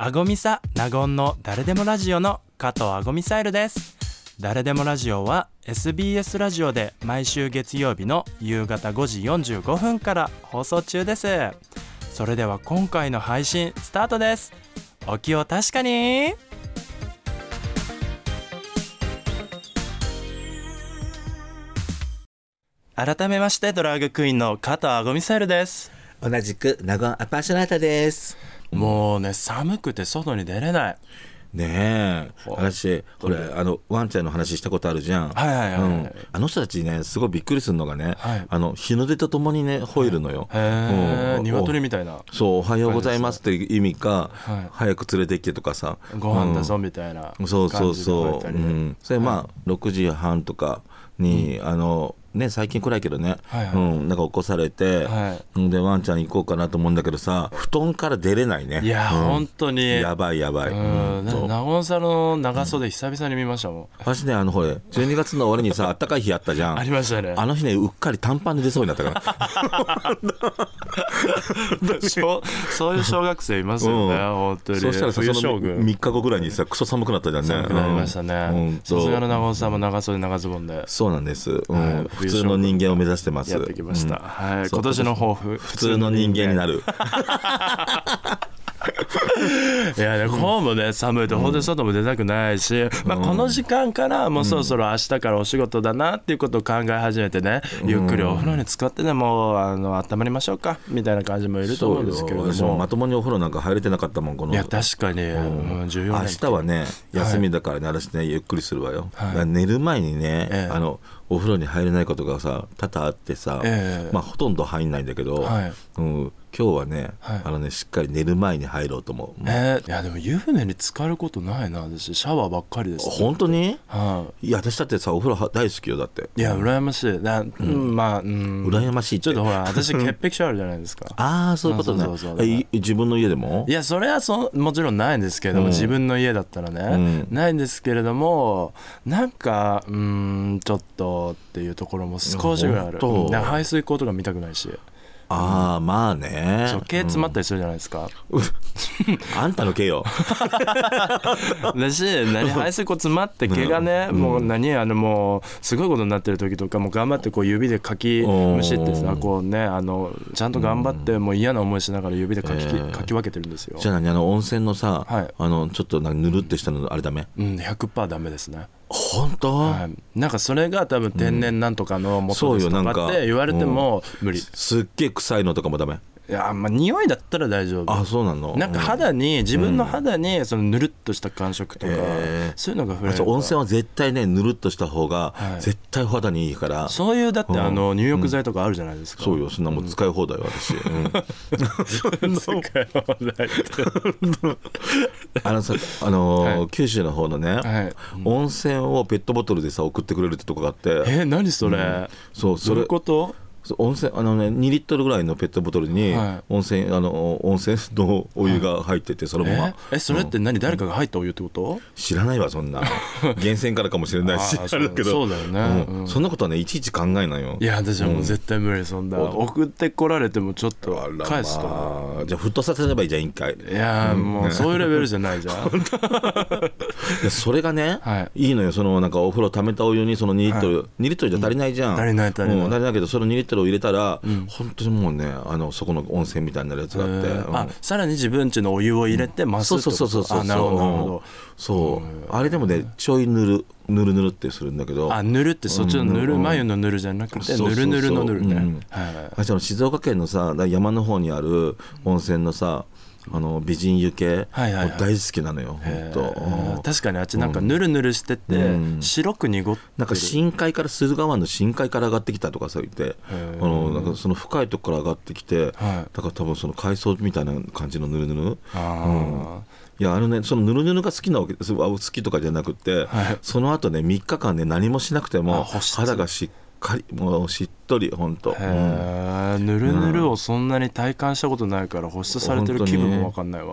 あごみさなごんの誰でもラジオの加藤あごみサイルです。誰でもラジオは SBS ラジオで毎週月曜日の夕方5時45分から放送中です。それでは今回の配信スタートです。お気を確かに。改めましてドラァグクイーンの加藤あごみサイルです。 同じくナゴンアパーショナータです。 もうね、寒くて外に出れないねえ。私これワンちゃんの話したことあるじゃん。 はいはいはい、 あの人たちねすごいびっくりするのがね、 はい、 日の出とともにね吠えるのよ。 鶏みたいな。 そう、おはようございますっていう意味か、早く連れてきてとかさ、 ご飯だぞみたいな感じで吠えたりね。 そうそれまあ6時半とかに、ね、最近くらいけどね、なんか起こされて、でワンちゃん行こうかなと思うんだけどさ、布団から出れないね。 いや、本当にやばいやばい。 ナゴンさんの長袖久々に見ましたもん。 私ね、ほれ12月の終わりにさ、あったかい日あったじゃん。 ありましたね。 あの日ね、うっかり短パンで出そうになったからそういう小学生いますよね、本当に。 そうしたらさ、その3日後ぐらいにさ、クソ寒くなったじゃんね。 寒くなりましたね。さすがのナゴンさんも長袖長ズボンで。 そうなんです、普通の人間を目指してます。 やってきました、今年の抱負、 普通の人間になるいやね、こうもね、寒いと本当に外も出たくないし、この時間からもうそろそろ明日からお仕事だなっていうことを考え始めてね、ゆっくりお風呂に浸かってでも温まりましょうかみたいな感じもいると思うんですけれども、 まともにお風呂なんか入れてなかったもん、この。 いや確かに、14年明日はね休みだからね、私ねゆっくりするわよ。寝る前にね、お風呂に入れないことがさ多々あってさ、ほとんど入んないんだけど、今日はね、しっかり寝る前に入ろうと思う。 いやでも湯船に浸かることないな、私シャワーばっかりです。 本当に？いや私だってさ、お風呂大好きよ。だっていや羨ましい羨ましいって、 ちょっとほら私潔癖症あるじゃないですか。 ああそういうことね。自分の家でも？ いやそれはもちろんないんですけれども、自分の家だったらね、ないんですけれども、なんかちょっとっていうところも少しぐらいある。排水口とか見たくないし。 まあね、 毛詰まったりするじゃないですか、 あんたの毛よだし、排水口詰まって毛がね、もうもうすごいことになってる時とかも頑張ってこう指でかきむしってさ、こうねちゃんと頑張ってもう嫌な思いしながら指でかき分けてるんですよ。 じゃあ温泉のさ、ちょっとぬるってしたのあれダメ ？100% ダメですね。 本当？ なんかそれが多分天然なんとかの元ですとかって言われても無理。 すっげえ臭いのとかもダメ？ いや匂いだったら大丈夫。 そうなの？ なんか自分の肌にそのぬるっとした感触とか、そういうのが触れる。 温泉は絶対ねぬるっとした方が絶対肌にいいから。 そういうだって入浴剤とかあるじゃないですか。 そうよ、そんなもん使い放題私。 使い放題って九州の方のね、温泉をペットボトルでさ送ってくれるってとこがあって。 何それ？ そう、それどういうこと？ 温泉2リットルぐらいのペットボトルに温泉のお湯が入ってて、そのまま。 それって誰かが入ったお湯ってこと？ 知らないわそんな源泉からかもしれないしあれだけど、 そうだよね、 そんなことはねいちいち考えないよ。 いや私はもう絶対無理。そんな送ってこられてもちょっと返すと、 じゃあ沸騰させればいいじゃん一回。 いやもうそういうレベルじゃないじゃんそれがね、いいのよ。なんかお風呂溜めたお湯にその2リットル、2リットルじゃ足りないじゃん。 足りない足りないけど、その2リットルを入れたら本当にもうねそこの温泉みたいになるやつがあって、 さらに自分家のお湯を入れて増すってこと？ そうなるほどなるほど。 そう、あれでもねちょいぬるってするんだけど、 ぬるってそっちのぬる眉のぬるじゃなくてぬるぬるのぬるね。 静岡県のさ山の方にある温泉のさ美人湯系、大好きなのよ本当。 確かにあっちなんかぬるぬるしてて、白く濁ってる。 なんか深海から駿河湾の深海から上がってきたとかそう言ってなんかその深いところから上がってきて、だから多分その海藻みたいな感じのぬるぬる。いやそのぬるぬるが好きなわけです。好きとかじゃなくて、その後ね3日間ね何もしなくても肌がしっかりもうしっとり本当。 ぬるぬるをそんなに体感したことないから保湿されてる気分も分かんないわ。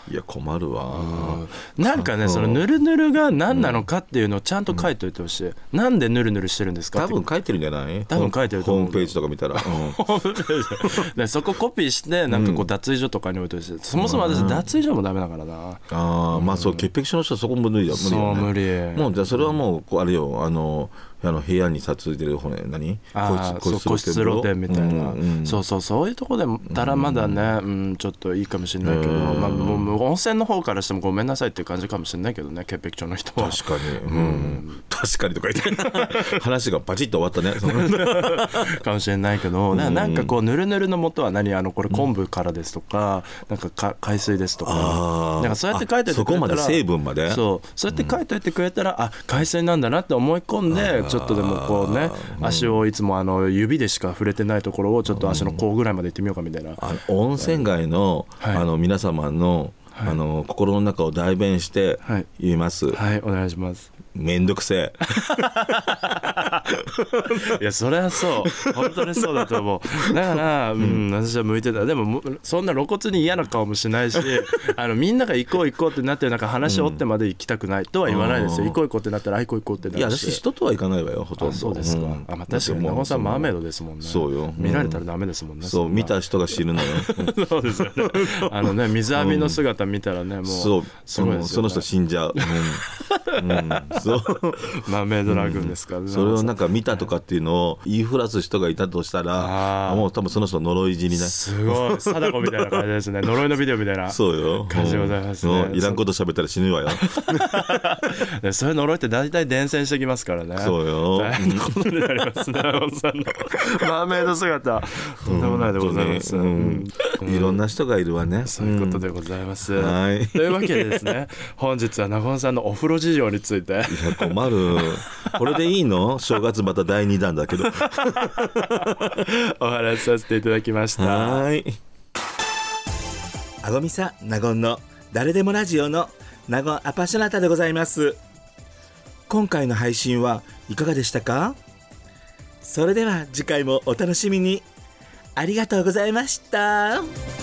いや困るわ。 なんかね、そのヌルヌルが何なのかっていうのをちゃんと書いておいてほしい、なんでヌルヌルしてるんですかって。 多分書いてるんじゃない。 多分書いてると思う。 ホームページとか見たら、 でそこコピーしてなんかこう脱衣所とかに置いてほしい。そもそも私脱衣所もダメだからな。 まあそう、潔癖症の人はそこも無理だ、無理よね。 そう無理。 もうじゃあそれはもうあれよ、部屋にさついてる骨何、 個室露天みたいな、そういうとこでたらまだね、ちょっといいかもしれないけど、もう温泉の方からしてもごめんなさいっていう感じかもしれないけどね、潔癖症の人は。 確かに、確かにとか言って話がバチッと終わったねかもしれないけど、なんかこうヌルヌルの元は何、これ昆布からですとか、なんか海水ですとか、なんかそうやって書いておいてくれたら、 そこまで成分までそうやって書いておいてくれたら、海水なんだなって思い込んで、ちょっとでもこうね、足をいつも指でしか触れてないところをちょっと足の甲ぐらいまで行ってみようかみたいな。 温泉街の、皆様の、心の中を代弁して言います。 はい、お願いします。 めんどくせえいやそれはそう本当にそうだと思う。だから、私は向いてた。でもそんな露骨に嫌な顔もしないしみんなが行こうってなってる中、話を折ってまで行きたくないとは言わないですよ。行こうってなったら行こうってなるし。 いや私人とは行かないわよ、ほとんど。 そうですか。まあ、確かに長尾さんマーメイドですもんね。 そうよ、 見られたらダメですもんね。 そう見た人が知るのよそうですよね。水浴びの姿見たらね、もうそうすごいですよね。 その人死んじゃうそうマーメイドラグーンですからね。 それをなんか見たとかっていうのを言いふらす人がいたとしたら、もう多分その人呪い死にね。 すごい貞子みたいな感じですね。呪いのビデオみたいな感じでございますね。 いらんこと喋ったら死ぬわよそういう呪いって大体伝染してきますからね。 そうよ、 大変なことになりますね長尾さんのマーメイド姿、とんでもないでございます。 いろんな人がいるわね。 そういうことでございます。 はい、 というわけでですね、本日は長尾さんのお風呂事情について。 いや困るこれでいいの？正月また第2弾だけどお話しさせていただきました。 はい。 あごみさなごんの誰でもラジオのなごんアパショナタでございます。今回の配信はいかがでしたか？それでは次回もお楽しみに。ありがとうございました。